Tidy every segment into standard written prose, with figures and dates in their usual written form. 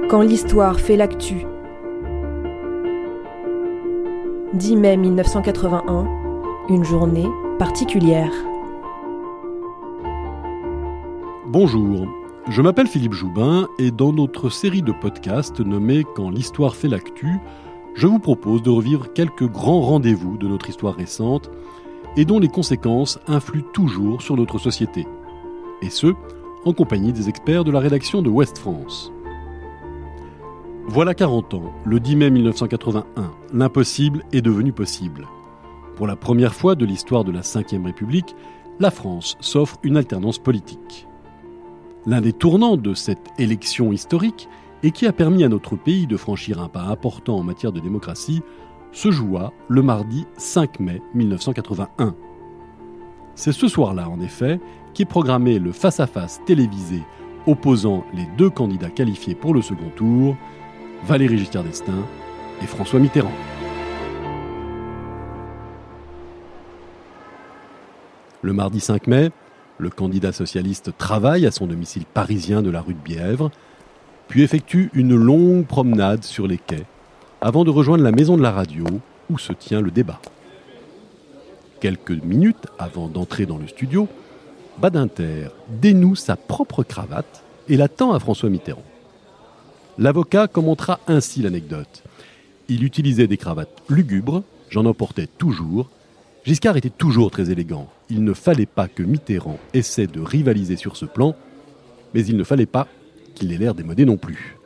Quand l'histoire fait l'actu. 10 mai 1981, une journée particulière. Bonjour, je m'appelle Philippe Joubin et dans notre série de podcasts nommée « Quand l'histoire fait l'actu », je vous propose de revivre quelques grands rendez-vous de notre histoire récente et dont les conséquences influent toujours sur notre société. Et ce, en compagnie des experts de la rédaction de Ouest France. Voilà 40 ans, le 10 mai 1981, l'impossible est devenu possible. Pour la première fois de l'histoire de la Ve République, la France s'offre une alternance politique. L'un des tournants de cette élection historique, et qui a permis à notre pays de franchir un pas important en matière de démocratie, se joua le mardi 5 mai 1981. C'est ce soir-là, en effet, qu'est programmé le face-à-face télévisé opposant les deux candidats qualifiés pour le second tour, Valéry Giscard d'Estaing et François Mitterrand. Le mardi 5 mai, le candidat socialiste travaille à son domicile parisien de la rue de Bièvre, puis effectue une longue promenade sur les quais, avant de rejoindre la maison de la radio où se tient le débat. Quelques minutes avant d'entrer dans le studio, Badinter dénoue sa propre cravate et la tend à François Mitterrand. L'avocat commentera ainsi l'anecdote. Il utilisait des cravates lugubres, j'en emportais toujours. Giscard était toujours très élégant. Il ne fallait pas que Mitterrand essaie de rivaliser sur ce plan, mais il ne fallait pas qu'il ait l'air démodé non plus.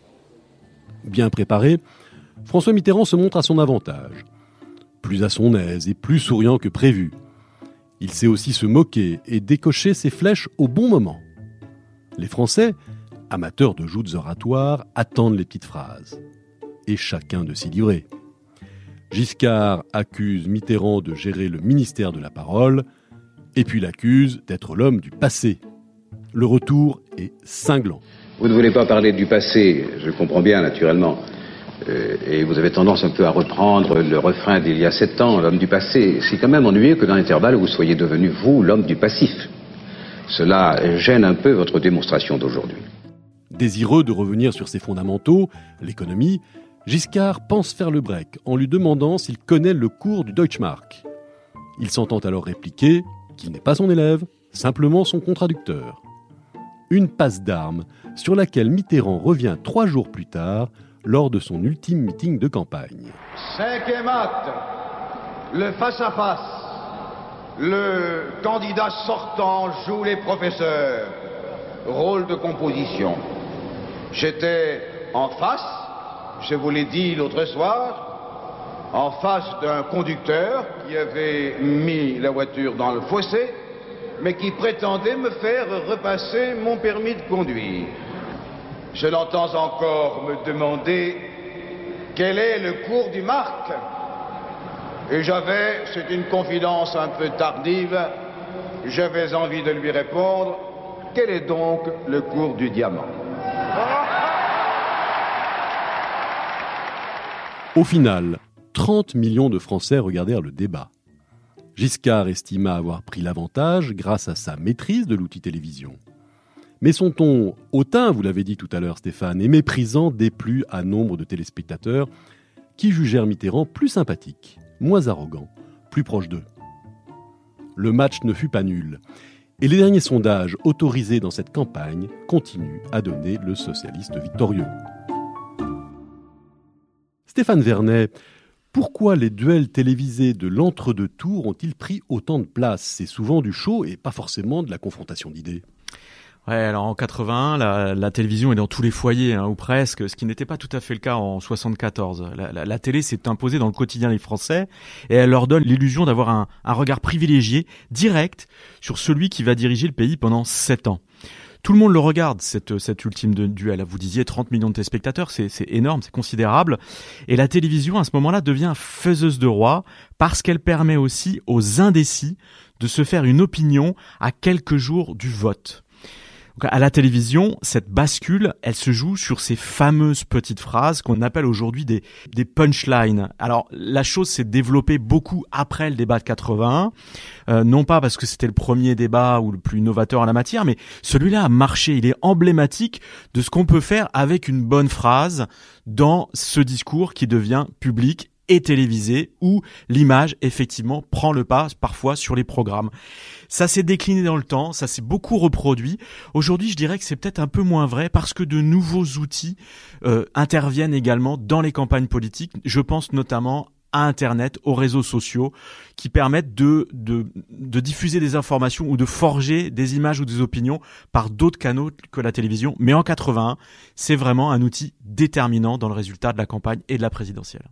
Bien préparé, François Mitterrand se montre à son avantage. Plus à son aise et plus souriant que prévu. Il sait aussi se moquer et décocher ses flèches au bon moment. Les Français, amateurs de joutes oratoires, attendent les petites phrases. Et chacun de s'y livrer. Giscard accuse Mitterrand de gérer le ministère de la parole, et puis l'accuse d'être l'homme du passé. Le retour est cinglant. Vous ne voulez pas parler du passé, je comprends bien naturellement. Et vous avez tendance un peu à reprendre le refrain d'il y a 7 ans, l'homme du passé. C'est quand même ennuyeux que dans l'intervalle vous soyez devenu, vous, l'homme du passif. Cela gêne un peu votre démonstration d'aujourd'hui. Désireux de revenir sur ses fondamentaux, l'économie, Giscard pense faire le break en lui demandant s'il connaît le cours du Deutschmark. Il s'entend alors répliquer qu'il n'est pas son élève, simplement son contradicteur. Une passe d'armes sur laquelle Mitterrand revient 3 jours plus tard lors de son ultime meeting de campagne. 5e acte, le face-à-face. Le candidat sortant joue les professeurs. Rôle de composition. J'étais en face, je vous l'ai dit l'autre soir, en face d'un conducteur qui avait mis la voiture dans le fossé, mais qui prétendait me faire repasser mon permis de conduire. Je l'entends encore me demander quel est le cours du marque. Et c'est une confidence un peu tardive, j'avais envie de lui répondre, quel est donc le cours du diamant ? Au final, 30 millions de Français regardèrent le débat. Giscard estima avoir pris l'avantage grâce à sa maîtrise de l'outil télévision. Mais son ton hautain, vous l'avez dit tout à l'heure Stéphane, et méprisant déplut à nombre de téléspectateurs qui jugèrent Mitterrand plus sympathique, moins arrogant, plus proche d'eux. Le match ne fut pas nul, et les derniers sondages autorisés dans cette campagne continuent à donner le socialiste victorieux. Stéphane Vernet, pourquoi les duels télévisés de l'entre-deux tours ont-ils pris autant de place ? C'est souvent du show et pas forcément de la confrontation d'idées. Ouais, alors en 81, la télévision est dans tous les foyers, ou presque, ce qui n'était pas tout à fait le cas en 74. La télé s'est imposée dans le quotidien des Français et elle leur donne l'illusion d'avoir un regard privilégié, direct, sur celui qui va diriger le pays pendant 7 ans. Tout le monde le regarde, cet ultime duel. Vous disiez 30 millions de téléspectateurs, c'est énorme, c'est considérable. Et la télévision, à ce moment-là, devient faiseuse de roi parce qu'elle permet aussi aux indécis de se faire une opinion à quelques jours du vote. Donc, à la télévision, cette bascule, elle se joue sur ces fameuses petites phrases qu'on appelle aujourd'hui des punchlines. Alors, la chose s'est développée beaucoup après le débat de 81, non pas parce que c'était le premier débat ou le plus novateur en la matière, mais celui-là a marché. Il est emblématique de ce qu'on peut faire avec une bonne phrase dans ce discours qui devient public et télévisé, où l'image, effectivement, prend le pas parfois sur les programmes. Ça s'est décliné dans le temps, ça s'est beaucoup reproduit. Aujourd'hui, je dirais que c'est peut-être un peu moins vrai parce que de nouveaux outils interviennent également dans les campagnes politiques. Je pense notamment à Internet, aux réseaux sociaux, qui permettent de diffuser des informations ou de forger des images ou des opinions par d'autres canaux que la télévision. Mais en 81, c'est vraiment un outil déterminant dans le résultat de la campagne et de la présidentielle.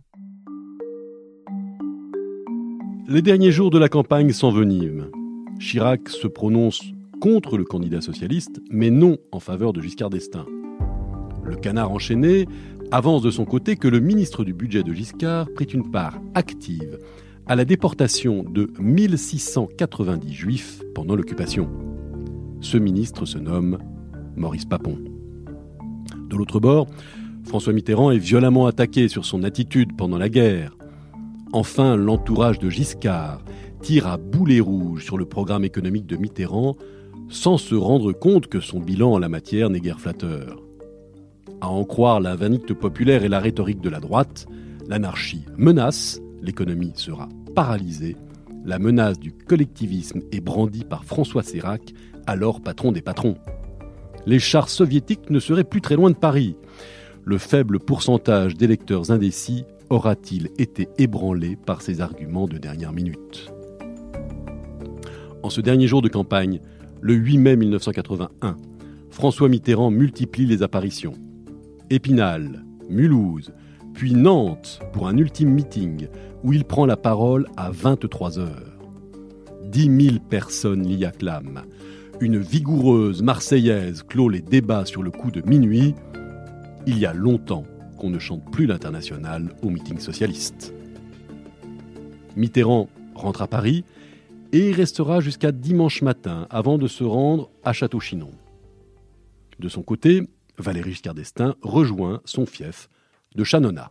Les derniers jours de la campagne s'enveniment. Chirac se prononce contre le candidat socialiste, mais non en faveur de Giscard d'Estaing. Le canard enchaîné avance de son côté que le ministre du budget de Giscard prit une part active à la déportation de 1690 juifs pendant l'occupation. Ce ministre se nomme Maurice Papon. De l'autre bord, François Mitterrand est violemment attaqué sur son attitude pendant la guerre. Enfin, l'entourage de Giscard tire à boulet rouge sur le programme économique de Mitterrand sans se rendre compte que son bilan en la matière n'est guère flatteur. À en croire la vindicte populaire et la rhétorique de la droite, l'anarchie menace, l'économie sera paralysée, la menace du collectivisme est brandie par François Sérac, alors patron des patrons. Les chars soviétiques ne seraient plus très loin de Paris. Le faible pourcentage d'électeurs indécis aura-t-il été ébranlé par ces arguments de dernière minute ? En ce dernier jour de campagne, le 8 mai 1981, François Mitterrand multiplie les apparitions. Épinal, Mulhouse, puis Nantes pour un ultime meeting où il prend la parole à 23 heures. 10 000 personnes l'y acclament. Une vigoureuse Marseillaise clôt les débats sur le coup de minuit. Il y a longtemps qu'on ne chante plus l'international au meeting socialiste. Mitterrand rentre à Paris et y restera jusqu'à dimanche matin avant de se rendre à Château-Chinon. De son côté, Valéry Giscard d'Estaing rejoint son fief de Chanonnat.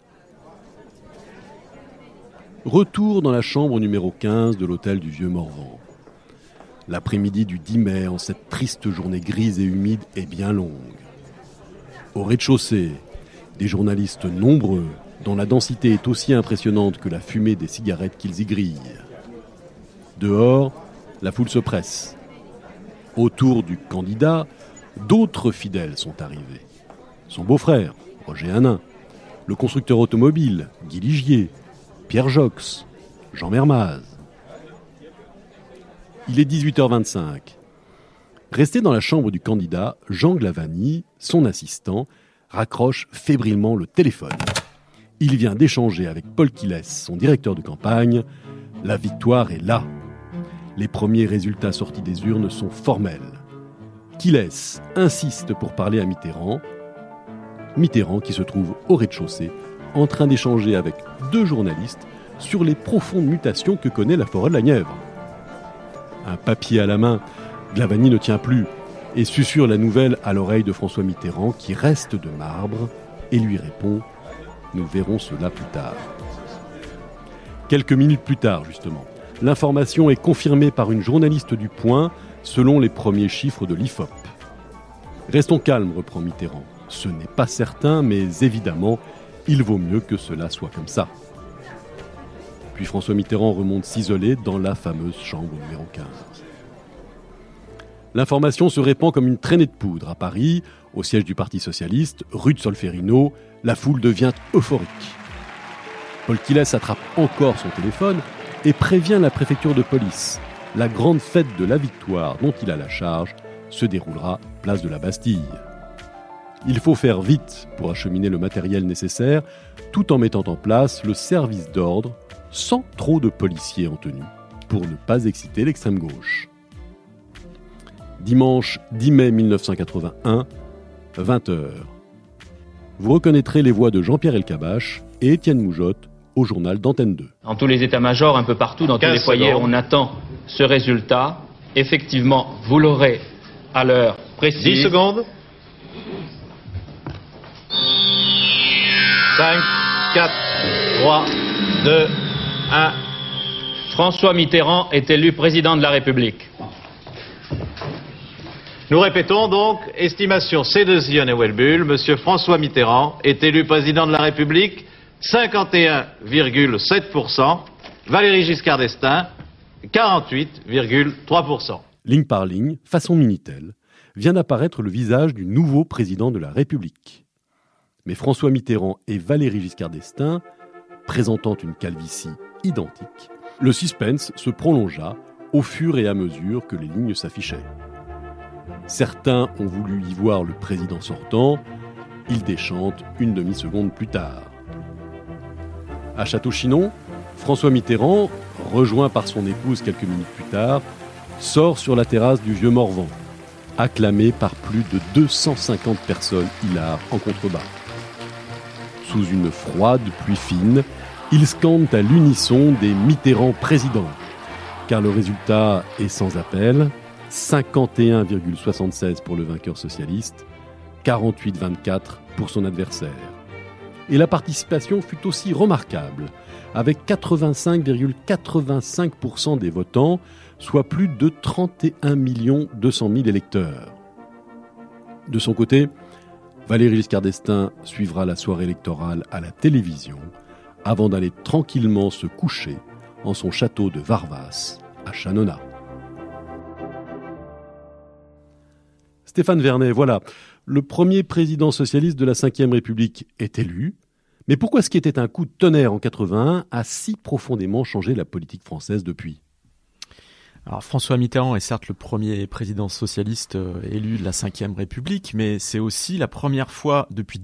Retour dans la chambre numéro 15 de l'hôtel du Vieux-Morvan. L'après-midi du 10 mai, en cette triste journée grise et humide, est bien longue. Au rez-de-chaussée, des journalistes nombreux, dont la densité est aussi impressionnante que la fumée des cigarettes qu'ils y grillent. Dehors, la foule se presse. Autour du candidat, d'autres fidèles sont arrivés. Son beau-frère, Roger Hanin, le constructeur automobile, Guy Ligier, Pierre Jox, Jean Mermaz. Il est 18h25. Resté dans la chambre du candidat, Jean Glavany, son assistant, raccroche fébrilement le téléphone. Il vient d'échanger avec Paul Quilès, son directeur de campagne. La victoire est là. Les premiers résultats sortis des urnes sont formels. Quilès insiste pour parler à Mitterrand. Mitterrand qui se trouve au rez-de-chaussée, en train d'échanger avec deux journalistes sur les profondes mutations que connaît la forêt de la Nièvre. Un papier à la main, Glavany ne tient plus et susurre la nouvelle à l'oreille de François Mitterrand qui reste de marbre et lui répond « Nous verrons cela plus tard ». Quelques minutes plus tard, justement, l'information est confirmée par une journaliste du Point selon les premiers chiffres de l'IFOP. « Restons calmes », reprend Mitterrand. « Ce n'est pas certain, mais évidemment, il vaut mieux que cela soit comme ça. » Puis François Mitterrand remonte s'isoler dans la fameuse chambre numéro 15. L'information se répand comme une traînée de poudre à Paris, au siège du Parti socialiste, rue de Solferino. La foule devient euphorique. Paul Quilès attrape encore son téléphone et prévient la préfecture de police. La grande fête de la victoire dont il a la charge se déroulera place de la Bastille. Il faut faire vite pour acheminer le matériel nécessaire, tout en mettant en place le service d'ordre, sans trop de policiers en tenue, pour ne pas exciter l'extrême gauche. Dimanche 10 mai 1981, 20h. Vous reconnaîtrez les voix de Jean-Pierre Elkabbach et Étienne Moujotte au journal d'Antenne 2. Dans tous les états-majors, un peu partout, dans tous les foyers, on attend ce résultat. Effectivement, vous l'aurez à l'heure précise. 10 secondes. 5, 4, 3, 2, 1. François Mitterrand est élu président de la République. Nous répétons donc, estimation C2 et Welbull, Monsieur François Mitterrand est élu président de la République, 51,7%, Valéry Giscard d'Estaing, 48,3%. Ligne par ligne, façon Minitel, vient d'apparaître le visage du nouveau président de la République. Mais François Mitterrand et Valéry Giscard d'Estaing, présentant une calvitie identique, le suspense se prolongea au fur et à mesure que les lignes s'affichaient. Certains ont voulu y voir le président sortant, il déchante une demi-seconde plus tard. À Château-Chinon, François Mitterrand, rejoint par son épouse quelques minutes plus tard, sort sur la terrasse du Vieux Morvan, acclamé par plus de 250 personnes hilares en contrebas. Sous une froide pluie fine, ils scandent à l'unisson des Mitterrand présidents, car le résultat est sans appel, 51,76 pour le vainqueur socialiste, 48,24 pour son adversaire. Et la participation fut aussi remarquable, avec 85,85% des votants, soit plus de 31 200 000 électeurs. De son côté, Valéry Giscard d'Estaing suivra la soirée électorale à la télévision, avant d'aller tranquillement se coucher en son château de Varvas, à Chanona. Stéphane Vernet, voilà, le premier président socialiste de la Ve République est élu. Mais pourquoi ce qui était un coup de tonnerre en 81 a si profondément changé la politique française depuis ? Alors François Mitterrand est certes le premier président socialiste élu de la Ve République, mais c'est aussi la première fois depuis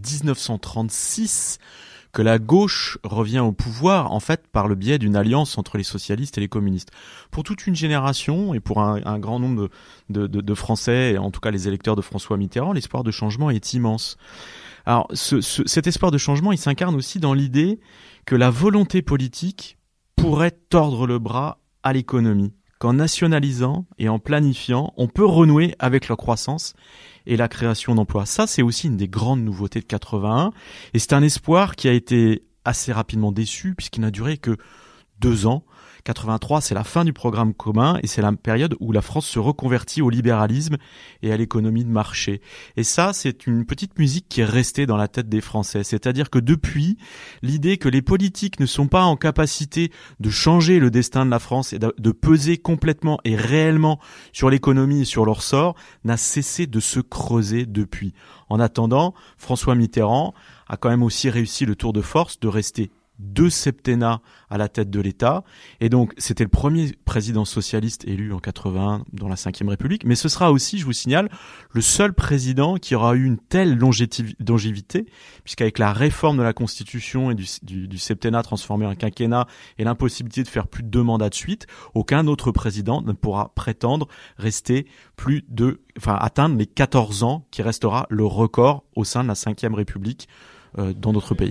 1936 que la gauche revient au pouvoir, en fait, par le biais d'une alliance entre les socialistes et les communistes. Pour toute une génération et pour un grand nombre de Français, et en tout cas les électeurs de François Mitterrand, l'espoir de changement est immense. Alors, cet espoir de changement, il s'incarne aussi dans l'idée que la volonté politique pourrait tordre le bras à l'économie, qu'en nationalisant et en planifiant, on peut renouer avec la croissance et la création d'emplois. Ça, c'est aussi une des grandes nouveautés de 81, et c'est un espoir qui a été assez rapidement déçu, puisqu'il n'a duré que 2 ans. 83, c'est la fin du programme commun et c'est la période où la France se reconvertit au libéralisme et à l'économie de marché. Et ça, c'est une petite musique qui est restée dans la tête des Français. C'est-à-dire que depuis, l'idée que les politiques ne sont pas en capacité de changer le destin de la France et de peser complètement et réellement sur l'économie et sur leur sort n'a cessé de se creuser depuis. En attendant, François Mitterrand a quand même aussi réussi le tour de force de rester 2 septennats à la tête de l'État. Et donc, c'était le premier président socialiste élu en 81 dans la Ve République. Mais ce sera aussi, je vous signale, le seul président qui aura eu une telle longévité, puisqu'avec la réforme de la Constitution et du septennat transformé en quinquennat et l'impossibilité de faire plus de 2 mandats de suite, aucun autre président ne pourra prétendre atteindre les 14 ans qui restera le record au sein de la Ve République dans notre pays.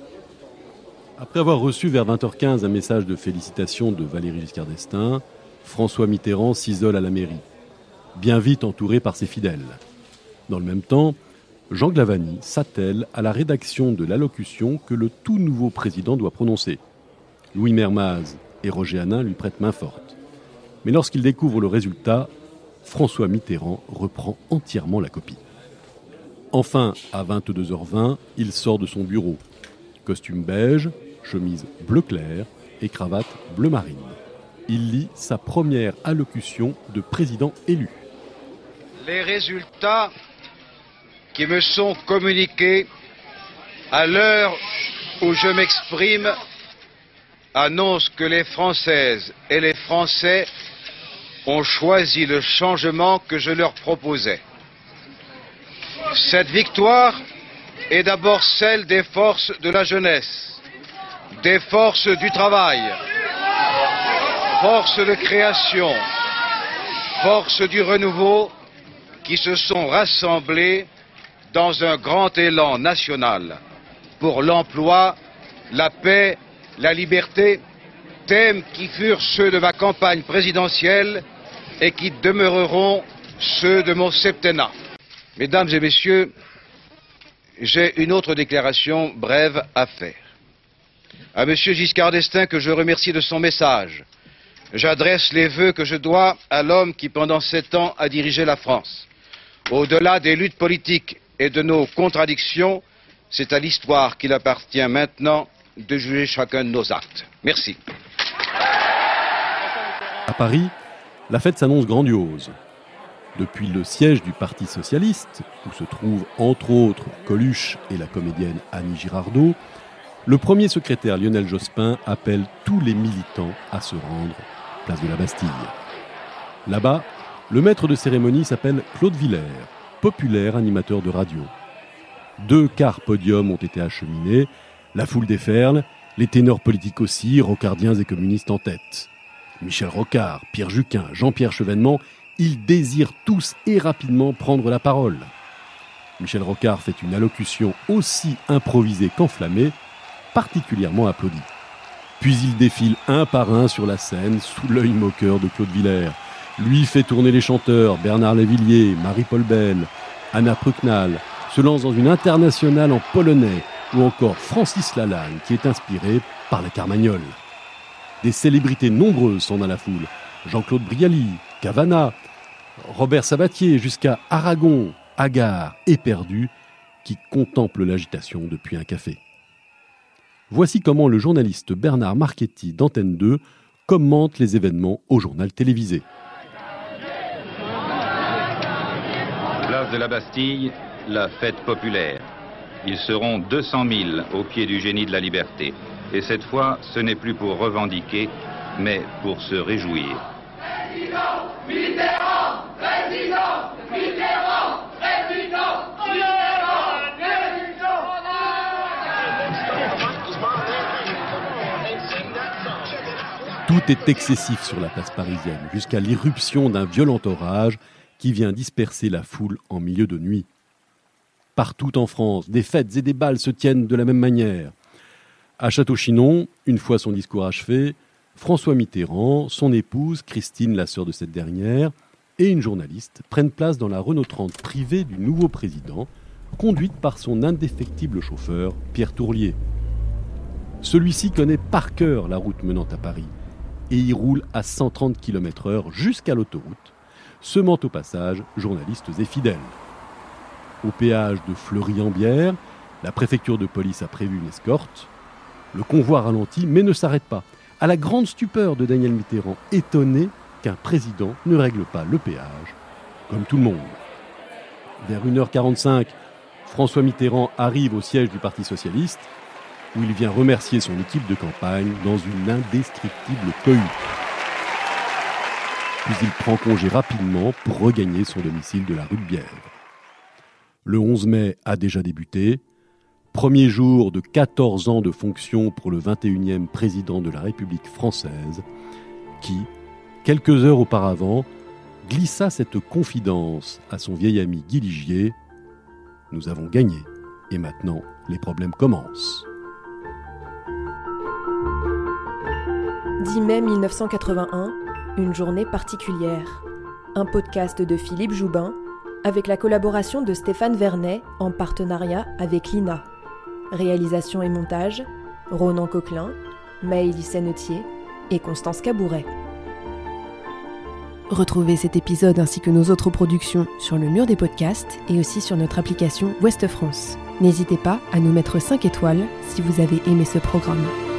Après avoir reçu vers 20h15 un message de félicitations de Valéry Giscard d'Estaing, François Mitterrand s'isole à la mairie, bien vite entouré par ses fidèles. Dans le même temps, Jean Glavany s'attelle à la rédaction de l'allocution que le tout nouveau président doit prononcer. Louis Mermaz et Roger Hanin lui prêtent main forte. Mais lorsqu'il découvre le résultat, François Mitterrand reprend entièrement la copie. Enfin, à 22h20, il sort de son bureau. Costume beige, chemise bleu clair et cravate bleu marine. Il lit sa première allocution de président élu. Les résultats qui me sont communiqués à l'heure où je m'exprime annoncent que les Françaises et les Français ont choisi le changement que je leur proposais. Cette victoire est d'abord celle des forces de la jeunesse, des forces du travail, forces de création, forces du renouveau qui se sont rassemblées dans un grand élan national pour l'emploi, la paix, la liberté, thèmes qui furent ceux de ma campagne présidentielle et qui demeureront ceux de mon septennat. Mesdames et messieurs, j'ai une autre déclaration brève à faire. À monsieur Giscard d'Estaing, que je remercie de son message, j'adresse les vœux que je dois à l'homme qui, pendant 7 ans, a dirigé la France. Au-delà des luttes politiques et de nos contradictions, c'est à l'histoire qu'il appartient maintenant de juger chacun de nos actes. Merci. À Paris, la fête s'annonce grandiose. Depuis le siège du Parti socialiste, où se trouvent entre autres Coluche et la comédienne Annie Girardot, le premier secrétaire Lionel Jospin appelle tous les militants à se rendre place de la Bastille. Là-bas, le maître de cérémonie s'appelle Claude Villers, populaire animateur de radio. 2 quarts podiums ont été acheminés, la foule déferle, les ténors politiques aussi, rocardiens et communistes en tête. Michel Rocard, Pierre Juquin, Jean-Pierre Chevènement, ils désirent tous et rapidement prendre la parole. Michel Rocard fait une allocution aussi improvisée qu'enflammée, particulièrement applaudie. Puis il défile un par un sur la scène, sous l'œil moqueur de Claude Villers. Lui fait tourner les chanteurs, Bernard Lavilliers, Marie-Paul Bell, Anna Prucknall, se lance dans une internationale en polonais, ou encore Francis Lalanne, qui est inspiré par la Carmagnole. Des célébrités nombreuses sont dans la foule. Jean-Claude Brialy, Cavana, Robert Sabatier, jusqu'à Aragon, hagard, éperdu, qui contemple l'agitation depuis un café. Voici comment le journaliste Bernard Marchetti d'Antenne 2 commente les événements au journal télévisé. Place de la Bastille, la fête populaire. Ils seront 200 000 au pied du génie de la liberté. Et cette fois, ce n'est plus pour revendiquer, mais pour se réjouir. Président Mitterrand, président Mitterrand, président Tout est excessif sur la place parisienne, jusqu'à l'irruption d'un violent orage qui vient disperser la foule en milieu de nuit. Partout en France, des fêtes et des bals se tiennent de la même manière. À Château-Chinon, une fois son discours achevé, François Mitterrand, son épouse, Christine, la sœur de cette dernière, et une journaliste prennent place dans la Renault 30 privée du nouveau président, conduite par son indéfectible chauffeur, Pierre Tourlier. Celui-ci connaît par cœur la route menant à Paris et y roule à 130 km/h jusqu'à l'autoroute, semant au passage journalistes et fidèles. Au péage de Fleury-en-Bière, la préfecture de police a prévu une escorte. Le convoi ralentit mais ne s'arrête pas, à la grande stupeur de Daniel Mitterrand, étonné qu'un président ne règle pas le péage, comme tout le monde. Vers 1h45, François Mitterrand arrive au siège du Parti socialiste, où il vient remercier son équipe de campagne dans une indescriptible cohue. Puis il prend congé rapidement pour regagner son domicile de la rue de Bièvre. Le 11 mai a déjà débuté, premier jour de 14 ans de fonction pour le 21e président de la République française, qui, quelques heures auparavant, glissa cette confidence à son vieil ami Guy Ligier : « Nous avons gagné, et maintenant les problèmes commencent. » 10 mai 1981, une journée particulière. Un podcast de Philippe Joubin, avec la collaboration de Stéphane Vernet en partenariat avec l'INA. Réalisation et montage, Ronan Coquelin, Maëlys Sennetier et Constance Cabouret. Retrouvez cet épisode ainsi que nos autres productions sur le mur des podcasts et aussi sur notre application Ouest France. N'hésitez pas à nous mettre 5 étoiles si vous avez aimé ce programme.